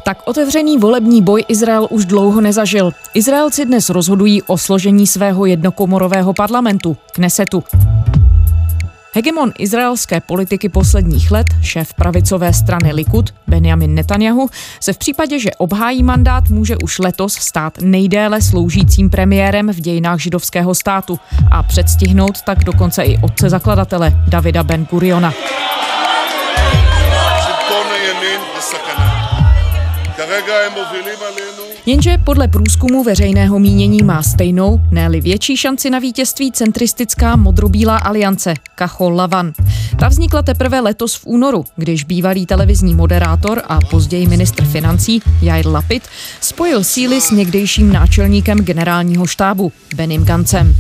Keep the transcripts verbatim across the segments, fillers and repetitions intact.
Tak otevřený volební boj Izrael už dlouho nezažil. Izraelci dnes rozhodují o složení svého jednokomorového parlamentu, Knesetu. Hegemon izraelské politiky posledních let, šéf pravicové strany Likud, Benjamin Netanjahu, se v případě, že obhájí mandát, může už letos stát nejdéle sloužícím premiérem v dějinách židovského státu a předstihnout tak dokonce i otce zakladatele Davida Ben Guriona. Jenže podle průzkumu veřejného mínění má stejnou, ne-li větší šanci na vítězství centristická modrobílá aliance Kachol Lavan. Ta vznikla teprve letos v únoru, když bývalý televizní moderátor a později ministr financí Jair Lapid spojil síly s někdejším náčelníkem generálního štábu Benim Gancem.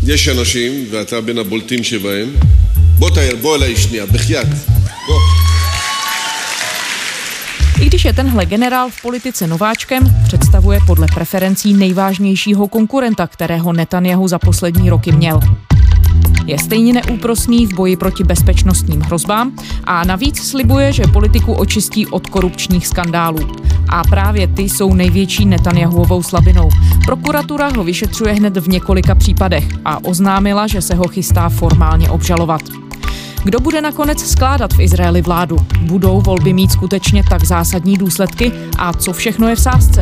I když je tenhle generál v politice nováčkem, představuje podle preferencí nejvážnějšího konkurenta, kterého Netanjahu za poslední roky měl. Je stejně neúprosný v boji proti bezpečnostním hrozbám a navíc slibuje, že politiku očistí od korupčních skandálů. A právě ty jsou největší Netanjahuovou slabinou. Prokuratura ho vyšetřuje hned v několika případech a oznámila, že se ho chystá formálně obžalovat. Kdo bude nakonec skládat v Izraeli vládu? Budou volby mít skutečně tak zásadní důsledky? A co všechno je v sázce?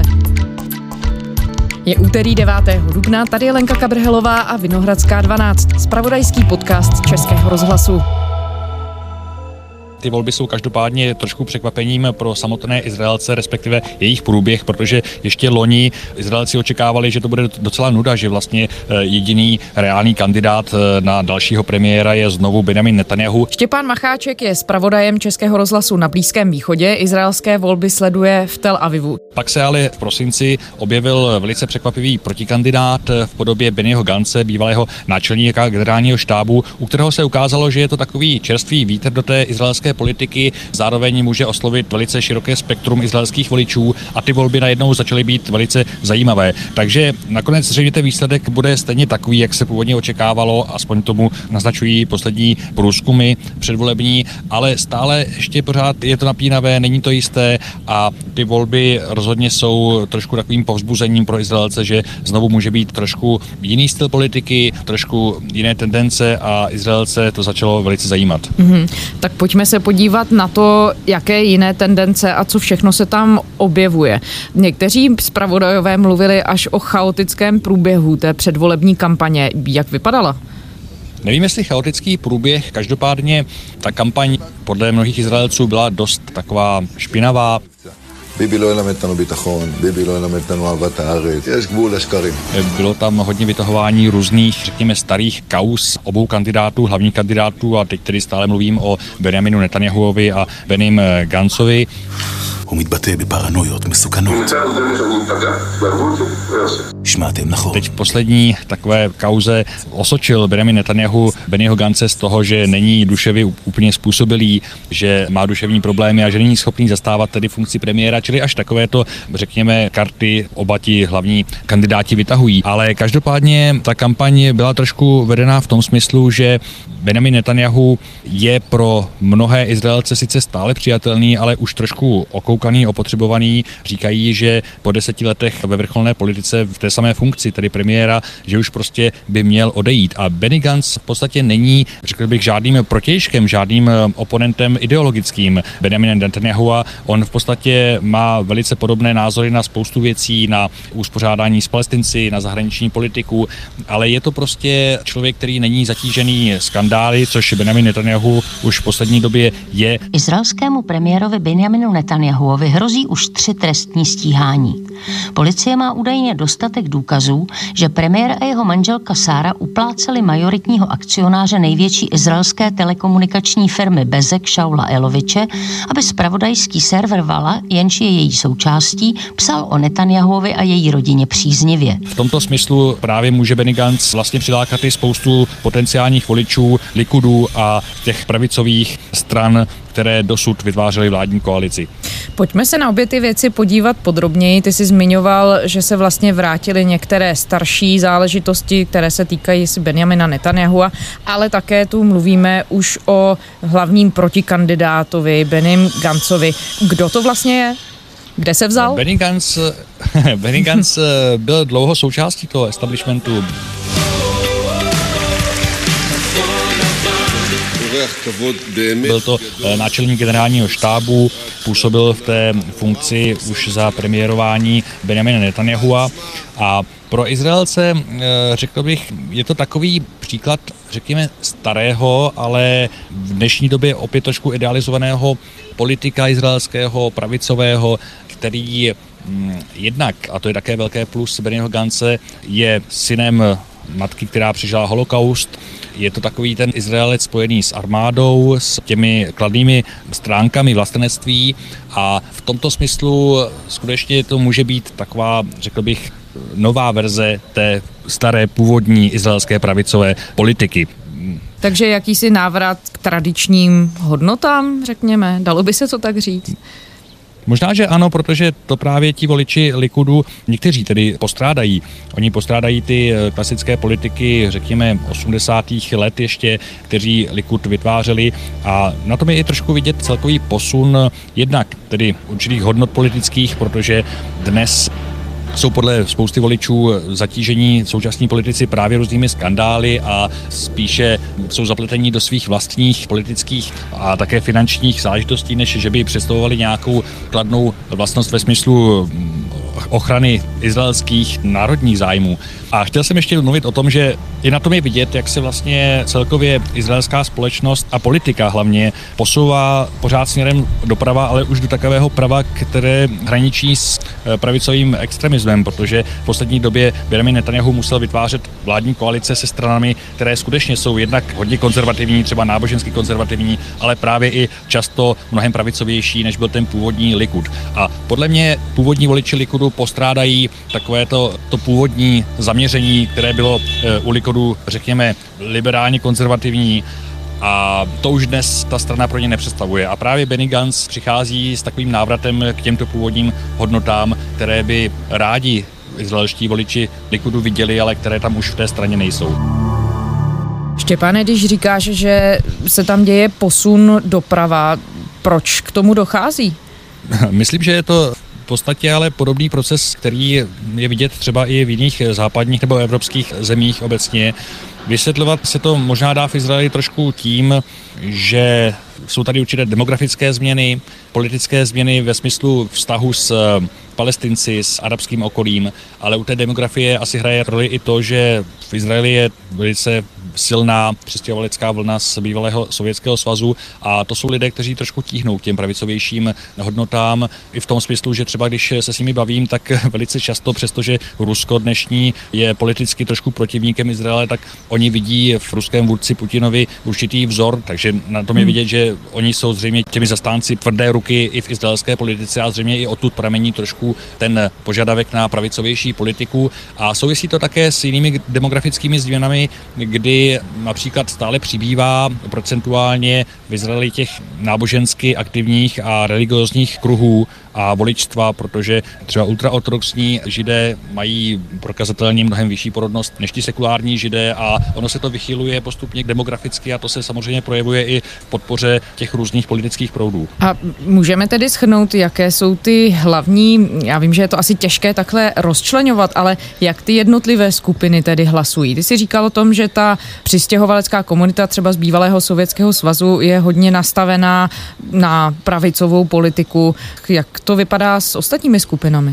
Je úterý devátého dubna, tady je Lenka Kabrhelová a Vinohradská dvanáct, zpravodajský podcast Českého rozhlasu. Ty volby jsou každopádně trošku překvapením pro samotné Izraelce, respektive jejich průběh, protože ještě loni Izraelci očekávali, že to bude docela nuda, že vlastně jediný reálný kandidát na dalšího premiéra je znovu Benjamin Netanjahu. Štěpán Macháček je zpravodajem Českého rozhlasu na Blízkém východě, izraelské volby sleduje v Tel Avivu. Pak se ale v prosinci objevil velice překvapivý protikandidát v podobě Bennyho Gance, bývalého náčelníka generálního štábu, u kterého se ukázalo, že je to takový čerstvý vítr do té izraelské politiky, zároveň může oslovit velice široké spektrum izraelských voličů a ty volby najednou začaly být velice zajímavé. Takže nakonec zřejmě ten výsledek bude stejně takový, jak se původně očekávalo, aspoň tomu naznačují poslední průzkumy předvolební, ale stále ještě pořád je to napínavé, není to jisté a ty volby rozhodně jsou trošku takovým povzbuzením pro Izraelce, že znovu může být trošku jiný styl politiky, trošku jiné tendence a Izraelce to začalo velice zajímat. Mm-hmm. Tak pojďme se podívat na to, jaké jiné tendence a co všechno se tam objevuje. Někteří zpravodajové mluvili až o chaotickém průběhu té předvolební kampaně. Jak vypadala? Nevím, jestli chaotický průběh, každopádně ta kampaň podle mnohých Izraelců byla dost taková špinavá. Bylo tam hodně vytahování různých, řekněme, starých kauz obou kandidátů, hlavních kandidátů a teď tedy stále mluvím o Benjaminu Netanjahuovi a Benim Gancovi. Teď v poslední takové kauze osočil Benjamin Netanjahu Bennyho Gance z toho, že není duševně úplně způsobilý, že má duševní problémy a že není schopný zastávat tedy funkci premiéra, čili až takovéto, řekněme, karty oba ti hlavní kandidáti vytahují. Ale každopádně ta kampaň byla trošku vedená v tom smyslu, že Benjamin Netanjahu je pro mnohé Izraelce sice stále přijatelný, ale už trošku okoukaný, opotřebovaný. Říkají, že po deseti letech ve vrcholné politice v té samé funkci, tedy premiéra, že už prostě by měl odejít. A Benny Gantz v podstatě není, řekl bych, žádným protějškem, žádným oponentem ideologickým Benjamina Netanyahua. On v podstatě má velice podobné názory na spoustu věcí, na uspořádání s Palestinci, na zahraniční politiku, ale je to prostě člověk, který není zatížený skandály, což Benjamin Netanjahu už v poslední době je. Izraelskému premiérovi Benjaminu Netanjahuovi hrozí už tři trestní stíhání. Policie má údajně dostatek důkazů, že premiér a jeho manželka Sára upláceli majoritního akcionáře největší izraelské telekomunikační firmy Bezek Šaula Eloviče, aby zpravodajský server Vala, jenž je její součástí, psal o Netanjahuovi a její rodině příznivě. V tomto smyslu právě může Benny Gantz vlastně přilákat i spoustu potenciálních voličů Likudu a těch pravicových stran, které dosud vytvářely vládní koalici. Pojďme se na obě ty věci podívat podrobněji. Ty jsi zmiňoval, že se vlastně vrátily některé starší záležitosti, které se týkají si Benjamina Netanyahua, ale také tu mluvíme už o hlavním protikandidátovi Benim Gantzovi. Kdo to vlastně je? Kde se vzal? Benny Gantz, Benny Gantz byl dlouho součástí toho establishmentu. Byl to náčelník generálního štábu, působil v té funkci už za premiérování Benjamina Netanyahua a pro Izraelce, řekl bych, je to takový příklad, řekněme, starého, ale v dnešní době opět trošku idealizovaného politika izraelského, pravicového, který jednak, a to je také velké plus Bennyho Gantze, je synem matky, která přežila holokaust. Je to takový ten Izraelec spojený s armádou, s těmi kladnými stránkami vlastenectví a v tomto smyslu skutečně to může být taková, řekl bych, nová verze té staré původní izraelské pravicové politiky. Takže jakýsi návrat k tradičním hodnotám, řekněme, dalo by se to tak říct? Možná, že ano, protože to právě ti voliči Likudu někteří tedy postrádají. Oni postrádají ty klasické politiky, řekněme, osmdesátých let ještě, kteří Likud vytvářeli a na tom je i trošku vidět celkový posun jednak tedy určitých hodnot politických, protože dnes jsou podle spousty voličů zatížení současní politici právě různými skandály a spíše jsou zapletení do svých vlastních politických a také finančních záležitostí, než že by představovali nějakou kladnou vlastnost ve smyslu ochrany izraelských národních zájmů. A chtěl jsem ještě mluvit o tom, že i na tom je vidět, jak se vlastně celkově izraelská společnost a politika hlavně posouvá pořád směrem doprava, ale už do takového prava, které hraničí s pravicovým extremismem, protože v poslední době Benjamin Netanyahu musel vytvářet vládní koalice se stranami, které skutečně jsou jednak hodně konzervativní, třeba nábožensky konzervativní, ale právě i často mnohem pravicovější, než byl ten původní Likud. A podle mě původní voliči Likudu postrádají takové to, to původní zaměření, které bylo u Likudu, řekněme, liberálně konzervativní, a to už dnes ta strana pro ně nepředstavuje. A právě Benny Gantz přichází s takovým návratem k těmto původním hodnotám, které by rádi izraelští voliči Likudu viděli, ale které tam už v té straně nejsou. Štěpáne, když říkáš, že se tam děje posun doprava, proč k tomu dochází? Myslím, že je to v podstatě ale podobný proces, který je vidět třeba i v jiných západních nebo evropských zemích obecně. Vysvětlovat se to možná dá v Izraeli trošku tím, že jsou tady určité demografické změny, politické změny ve smyslu vztahu s Palestinci, s arabským okolím, ale u té demografie asi hraje roli i to, že v Izraeli je velice silná přistěhovalecká vlna z bývalého Sovětského svazu a to jsou lidé, kteří trošku tíhnou k těm pravicovějším hodnotám i v tom smyslu, že třeba když se s nimi bavím, tak velice často, přestože Rusko dnešní je politicky trošku protivníkem Izraele, tak oni vidí v ruském vůdci Putinovi určitý vzor, takže na tom je vidět, že oni jsou zřejmě těmi zastánci tvrdé ruky i v izraelské politice a zřejmě i odtud pramení trošku ten požadavek na pravicovější politiku a souvisí to také s jinými demografickými změnami, kdy například stále přibývá procentuálně v Izraeli těch nábožensky aktivních a religiózních kruhů a voličstva, protože třeba ultraortodoxní židé mají prokazatelně mnohem vyšší porodnost než ti sekulární židé a ono se to vychyluje postupně demograficky a to se samozřejmě projevuje i v podpoře těch různých politických proudů. A můžeme tedy shrnout, jaké jsou ty hlavní, já vím, že je to asi těžké takhle rozčleňovat, ale jak ty jednotlivé skupiny tedy hlasují? Ty jsi říkal o tom, že ta přistěhovalecká komunita třeba z bývalého Sovětského svazu je hodně nastavená na pravicovou politiku. Jak to vypadá s ostatními skupinami?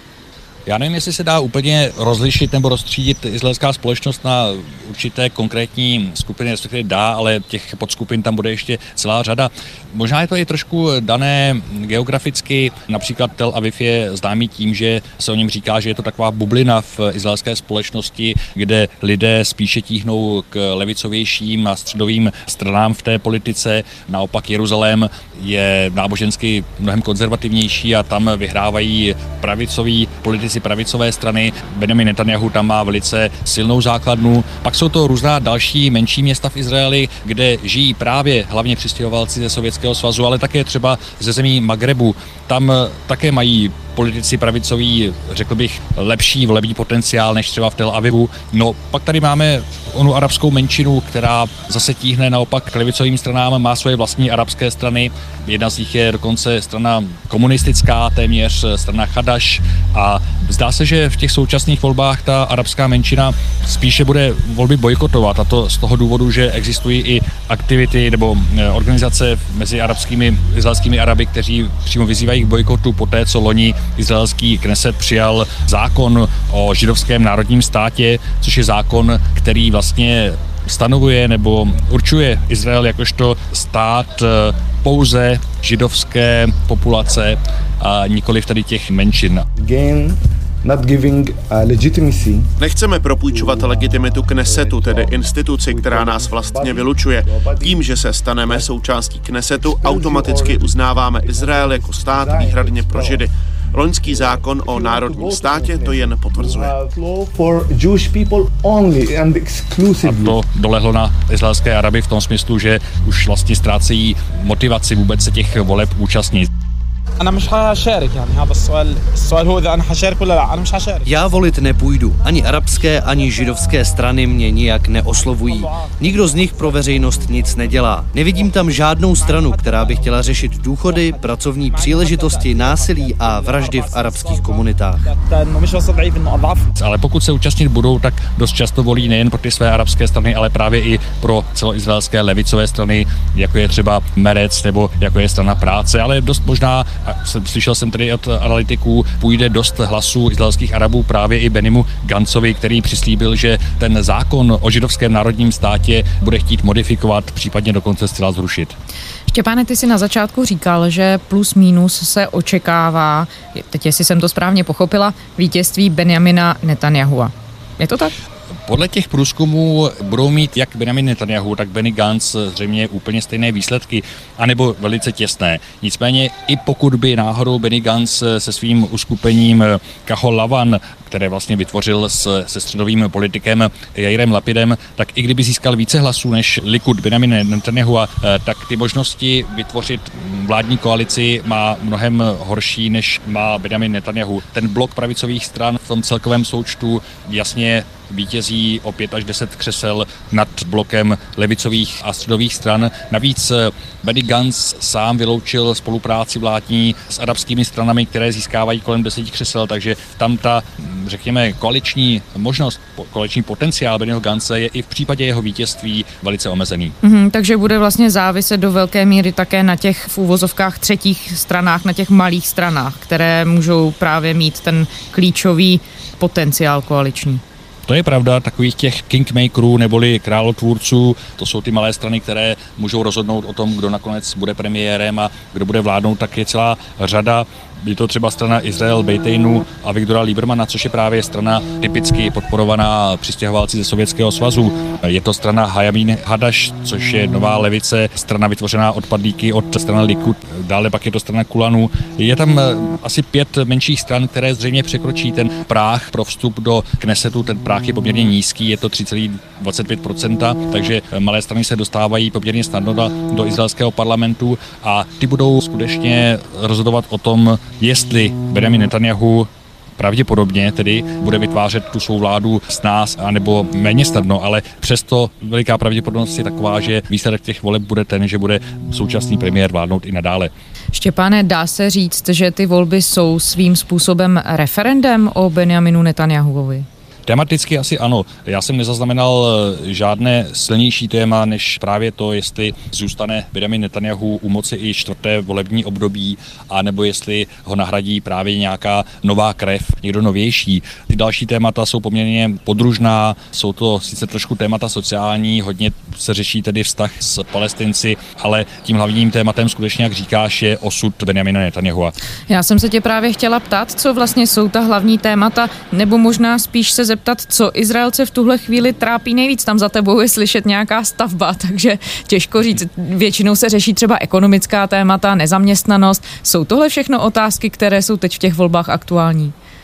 Já nevím, jestli se dá úplně rozlišit nebo rozstřídit izraelská společnost na určité konkrétní skupiny, respektive dá, ale těch podskupin tam bude ještě celá řada. Možná je to i trošku dané geograficky, například Tel Aviv je známý tím, že se o něm říká, že je to taková bublina v izraelské společnosti, kde lidé spíše tíhnou k levicovějším a středovým stranám v té politice. Naopak Jeruzalém je nábožensky mnohem konzervativnější a tam vyhrávají pravicoví politici pravicové strany. Benjamin Netanyahu tam má velice silnou základnu. Pak jsou to různá další menší města v Izraeli, kde žijí právě hlavně přistěhovalci ze Sovětského svazu, ale také třeba ze zemí Magrebu. Tam také mají politici pravicoví, řekl bych, lepší volební potenciál než třeba v Tel Avivu. No pak tady máme onu arabskou menšinu, která zase tíhne naopak k levicovým stranám, má svoje vlastní arabské strany. Jedna z nich je dokonce strana komunistická, téměř strana Chadaš, a zdá se, že v těch současných volbách ta arabská menšina spíše bude volby bojkotovat, a to z toho důvodu, že existují i aktivity nebo organizace mezi arabskými, izraelskými Araby, kteří přímo vyzývají k bojkotu poté, co loni izraelský Kneset přijal zákon o židovském národním státě, což je zákon, který vlastně stanovuje nebo určuje Izrael jakožto stát pouze židovské populace a nikoliv tady těch menšin. Again. Not giving uh, legitimacy. Nechceme propůjčovat legitimitu Knesetu, tedy instituci, která nás vlastně vylučuje. Tím, že se staneme součástí Knesetu, automaticky uznáváme Izrael jako stát výhradně pro Židy. Loňský zákon o národním státě to jen potvrzuje. A to dolehlo na izraelské Araby v tom smyslu, že už vlastně ztrácejí motivaci vůbec se těch voleb účastnit. Já volit nepůjdu. Ani arabské, ani židovské strany mě nijak neoslovují. Nikdo z nich pro veřejnost nic nedělá. Nevidím tam žádnou stranu, která by chtěla řešit důchody, pracovní příležitosti, násilí a vraždy v arabských komunitách. Ale pokud se účastnit budou, tak dost často volí nejen pro ty své arabské strany, ale právě i pro celoizraelské levicové strany, jako je třeba Merec nebo jako je strana práce, ale dost možná, slyšel jsem tedy od analytiků, půjde dost hlasů izraelských Arabů právě i Benimu Gancovi, který přislíbil, že ten zákon o židovském národním státě bude chtít modifikovat, případně dokonce zcela zrušit. Štěpáne, ty si na začátku říkal, že plus minus se očekává, teď jestli jsem to správně pochopila, vítězství Benjamina Netanyahua. Je to tak? Podle těch průzkumů budou mít jak Benjamin Netanyahu, tak Benny Gantz zřejmě úplně stejné výsledky, anebo velice těsné. Nicméně i pokud by náhodou Benny Gantz se svým uskupením Kahol Lavan, které vlastně vytvořil s, se středovým politikem Jairem Lapidem, tak i kdyby získal více hlasů než Likud Benjamin Netanyahu, tak ty možnosti vytvořit vládní koalici má mnohem horší, než má Benjamin Netanyahu. Ten blok pravicových stran v tom celkovém součtu jasně vítězí o pět až deset křesel nad blokem levicových a středových stran. Navíc Benny Gantz sám vyloučil spolupráci vládní s arabskými stranami, které získávají kolem deseti křesel, takže tam ta, řekněme, koaliční možnost, koaliční potenciál Bennyho Gantze je i v případě jeho vítězství velice omezený. Mm, takže bude vlastně záviset do velké míry také na těch v úvozovkách třetích stranách, na těch malých stranách, které můžou právě mít ten klíčový potenciál koaliční. To je pravda, takových těch kingmakerů neboli králotvůrců, to jsou ty malé strany, které můžou rozhodnout o tom, kdo nakonec bude premiérem a kdo bude vládnout, tak je celá řada. Je to třeba strana Izrael Bejtejnu a Viktora Liebermana, což je právě strana typicky podporovaná přistěhovalci ze Sovětského svazu. Je to strana Hayamin Hadaš, což je nová levice, strana vytvořená odpadlíky od strany Likud, dále pak je to strana Kulanu. Je tam asi pět menších stran, které zřejmě překročí ten práh pro vstup do Knesetu. Ten práh je poměrně nízký, je to tři celá dvacet pět procenta, takže malé strany se dostávají poměrně snadno do, do izraelského parlamentu a ty budou skutečně rozhodovat o tom, jestli Benjamin Netanyahu pravděpodobně tedy bude vytvářet tu svou vládu s nás, anebo méně snadno, ale přesto veliká pravděpodobnost je taková, že výsledek těch voleb bude ten, že bude současný premiér vládnout i nadále. Štěpáne, dá se říct, že ty volby jsou svým způsobem referendem o Benjaminu Netanyahuovi? Tematicky asi ano. Já jsem nezaznamenal žádné silnější téma, než právě to, jestli zůstane Benjamin Netanyahu u moci i čtvrté volební období, anebo jestli ho nahradí právě nějaká nová krev, někdo novější. Ty další témata jsou poměrně podružná, jsou to sice trošku témata sociální, hodně se řeší tedy vztah s Palestinci, ale tím hlavním tématem skutečně, jak říkáš, je osud Benjamina Netanyahua. Já jsem se tě právě chtěla ptát, co vlastně jsou ta hlavní témata, nebo možná spíš se zeptat, co Izraelce v tuhle chvíli trápí nejvíc. Tam za tebou je slyšet nějaká stavba, takže těžko říct. Většinou se řeší třeba ekonomická témata, nezaměstnanost. Jsou tohle všechno otázky, které jsou teď v těch volbách aktuální?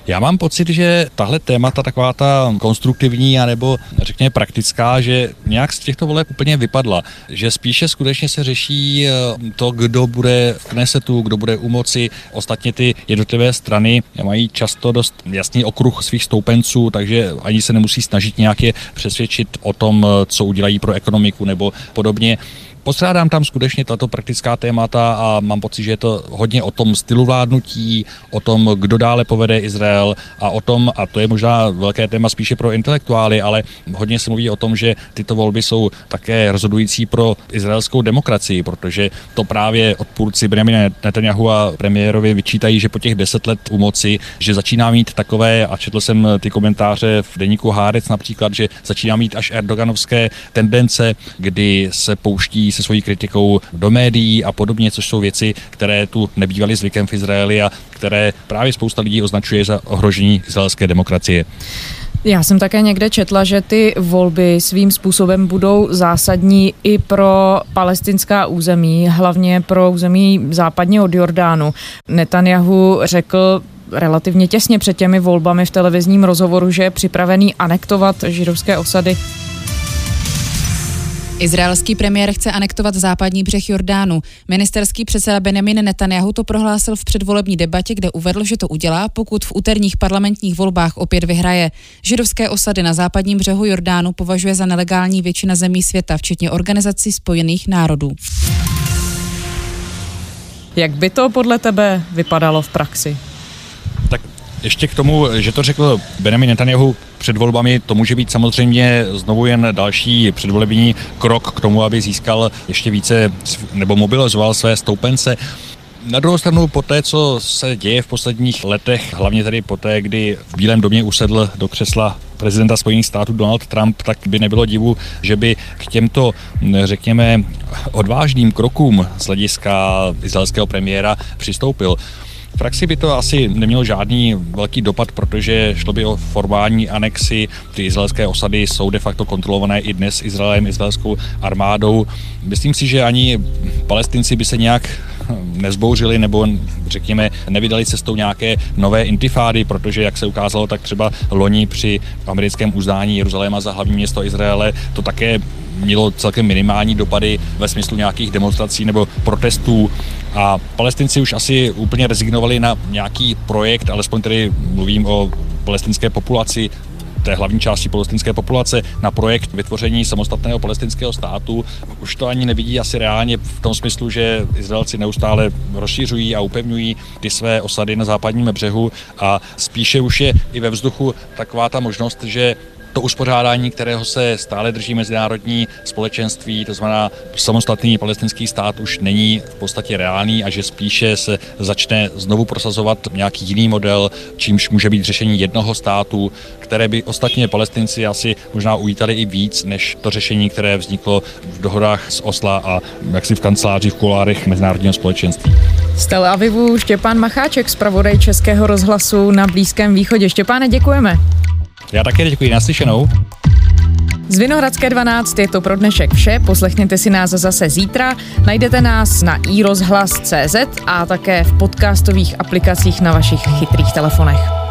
Já mám pocit, že tahle témata, taková ta konstruktivní anebo řekněme praktická, že nějak z těchto voleb úplně vypadla. Že spíše skutečně se řeší to, kdo bude v Knesetu, kdo bude u moci. Ostatně ty jednotlivé strany mají často dost jasný okruh svých stoupenců, takže ani se nemusí snažit nějak je přesvědčit o tom, co udělají pro ekonomiku nebo podobně. Postrádám tam skutečně tato praktická témata a mám pocit, že je to hodně o tom stylu vládnutí, o tom, kdo dále povede Izrael a o tom, a to je možná velké téma spíše pro intelektuály, ale hodně se mluví o tom, že tyto volby jsou také rozhodující pro izraelskou demokracii, protože to právě odpůrci Benjamina Netanjahu a premiérovi vyčítají, že po těch deset let u moci, že začíná mít takové, a četl jsem ty komentáře v deníku Haaretz například, že začíná mít až erdoganovské tendence, kdy se pouští se svojí kritikou do médií a podobně, což jsou věci, které tu nebývaly zvykem v Izraeli a které právě spousta lidí označuje za ohrožení izraelské demokracie. Já jsem také někde četla, že ty volby svým způsobem budou zásadní i pro palestinská území, hlavně pro území západně od Jordánu. Netanjahu řekl relativně těsně před těmi volbami v televizním rozhovoru, že je připravený anektovat židovské osady. Izraelský premiér chce anektovat západní břeh Jordánu. Ministerský předseda Benjamin Netanjahu to prohlásil v předvolební debatě, kde uvedl, že to udělá, pokud v úterních parlamentních volbách opět vyhraje. Židovské osady na západním břehu Jordánu považuje za nelegální většina zemí světa, včetně Organizací spojených národů. Jak by to podle tebe vypadalo v praxi? Tak ještě k tomu, že to řekl Benjamin Netanjahu před volbami, to může být samozřejmě znovu jen další předvolební krok k tomu, aby získal ještě více nebo mobilizoval své stoupence. Na druhou stranu po té, co se děje v posledních letech, hlavně tedy po té, kdy v Bílém domě usedl do křesla prezidenta Spojených států Donald Trump, tak by nebylo divu, že by k těmto, řekněme, odvážným krokům z hlediska izraelského premiéra přistoupil. V praxi by to asi nemělo žádný velký dopad, protože šlo by o formální anexi. Ty izraelské osady jsou de facto kontrolované i dnes Izraelem, izraelskou armádou. Myslím si, že ani Palestinci by se nějak nezbouřili nebo řekněme nevydali cestou nějaké nové intifády, protože jak se ukázalo, tak třeba loni při americkém uznání Jeruzaléma za hlavní město Izraele to také mělo celkem minimální dopady ve smyslu nějakých demonstrací nebo protestů a Palestinci už asi úplně rezignovali na nějaký projekt, alespoň tedy mluvím o palestinské populaci, té hlavní části palestinské populace, na projekt vytvoření samostatného palestinského státu. Už to ani nevidí asi reálně v tom smyslu, že Izraelci neustále rozšiřují a upevňují ty své osady na západním břehu a spíše už je i ve vzduchu taková ta možnost, že to uspořádání, kterého se stále drží mezinárodní společenství, to znamená samostatný palestinský stát, už není v podstatě reálný a že spíše se začne znovu prosazovat nějaký jiný model, čímž může být řešení jednoho státu, které by ostatně Palestinci asi možná uvítali i víc, než to řešení, které vzniklo v dohodách z Osla a jaksi v kanceláři v kulárech mezinárodního společenství. Z Tel Avivu Štěpán Macháček, zpravodaj Českého rozhlasu na Blízkém východě. Štěpáne, děkujeme. Já také děkuji, naslyšenou. Z Vinohradské dvanáct je to pro dnešek vše, poslechněte si nás zase zítra, najdete nás na i rozhlas tečka cé zet a také v podcastových aplikacích na vašich chytrých telefonech.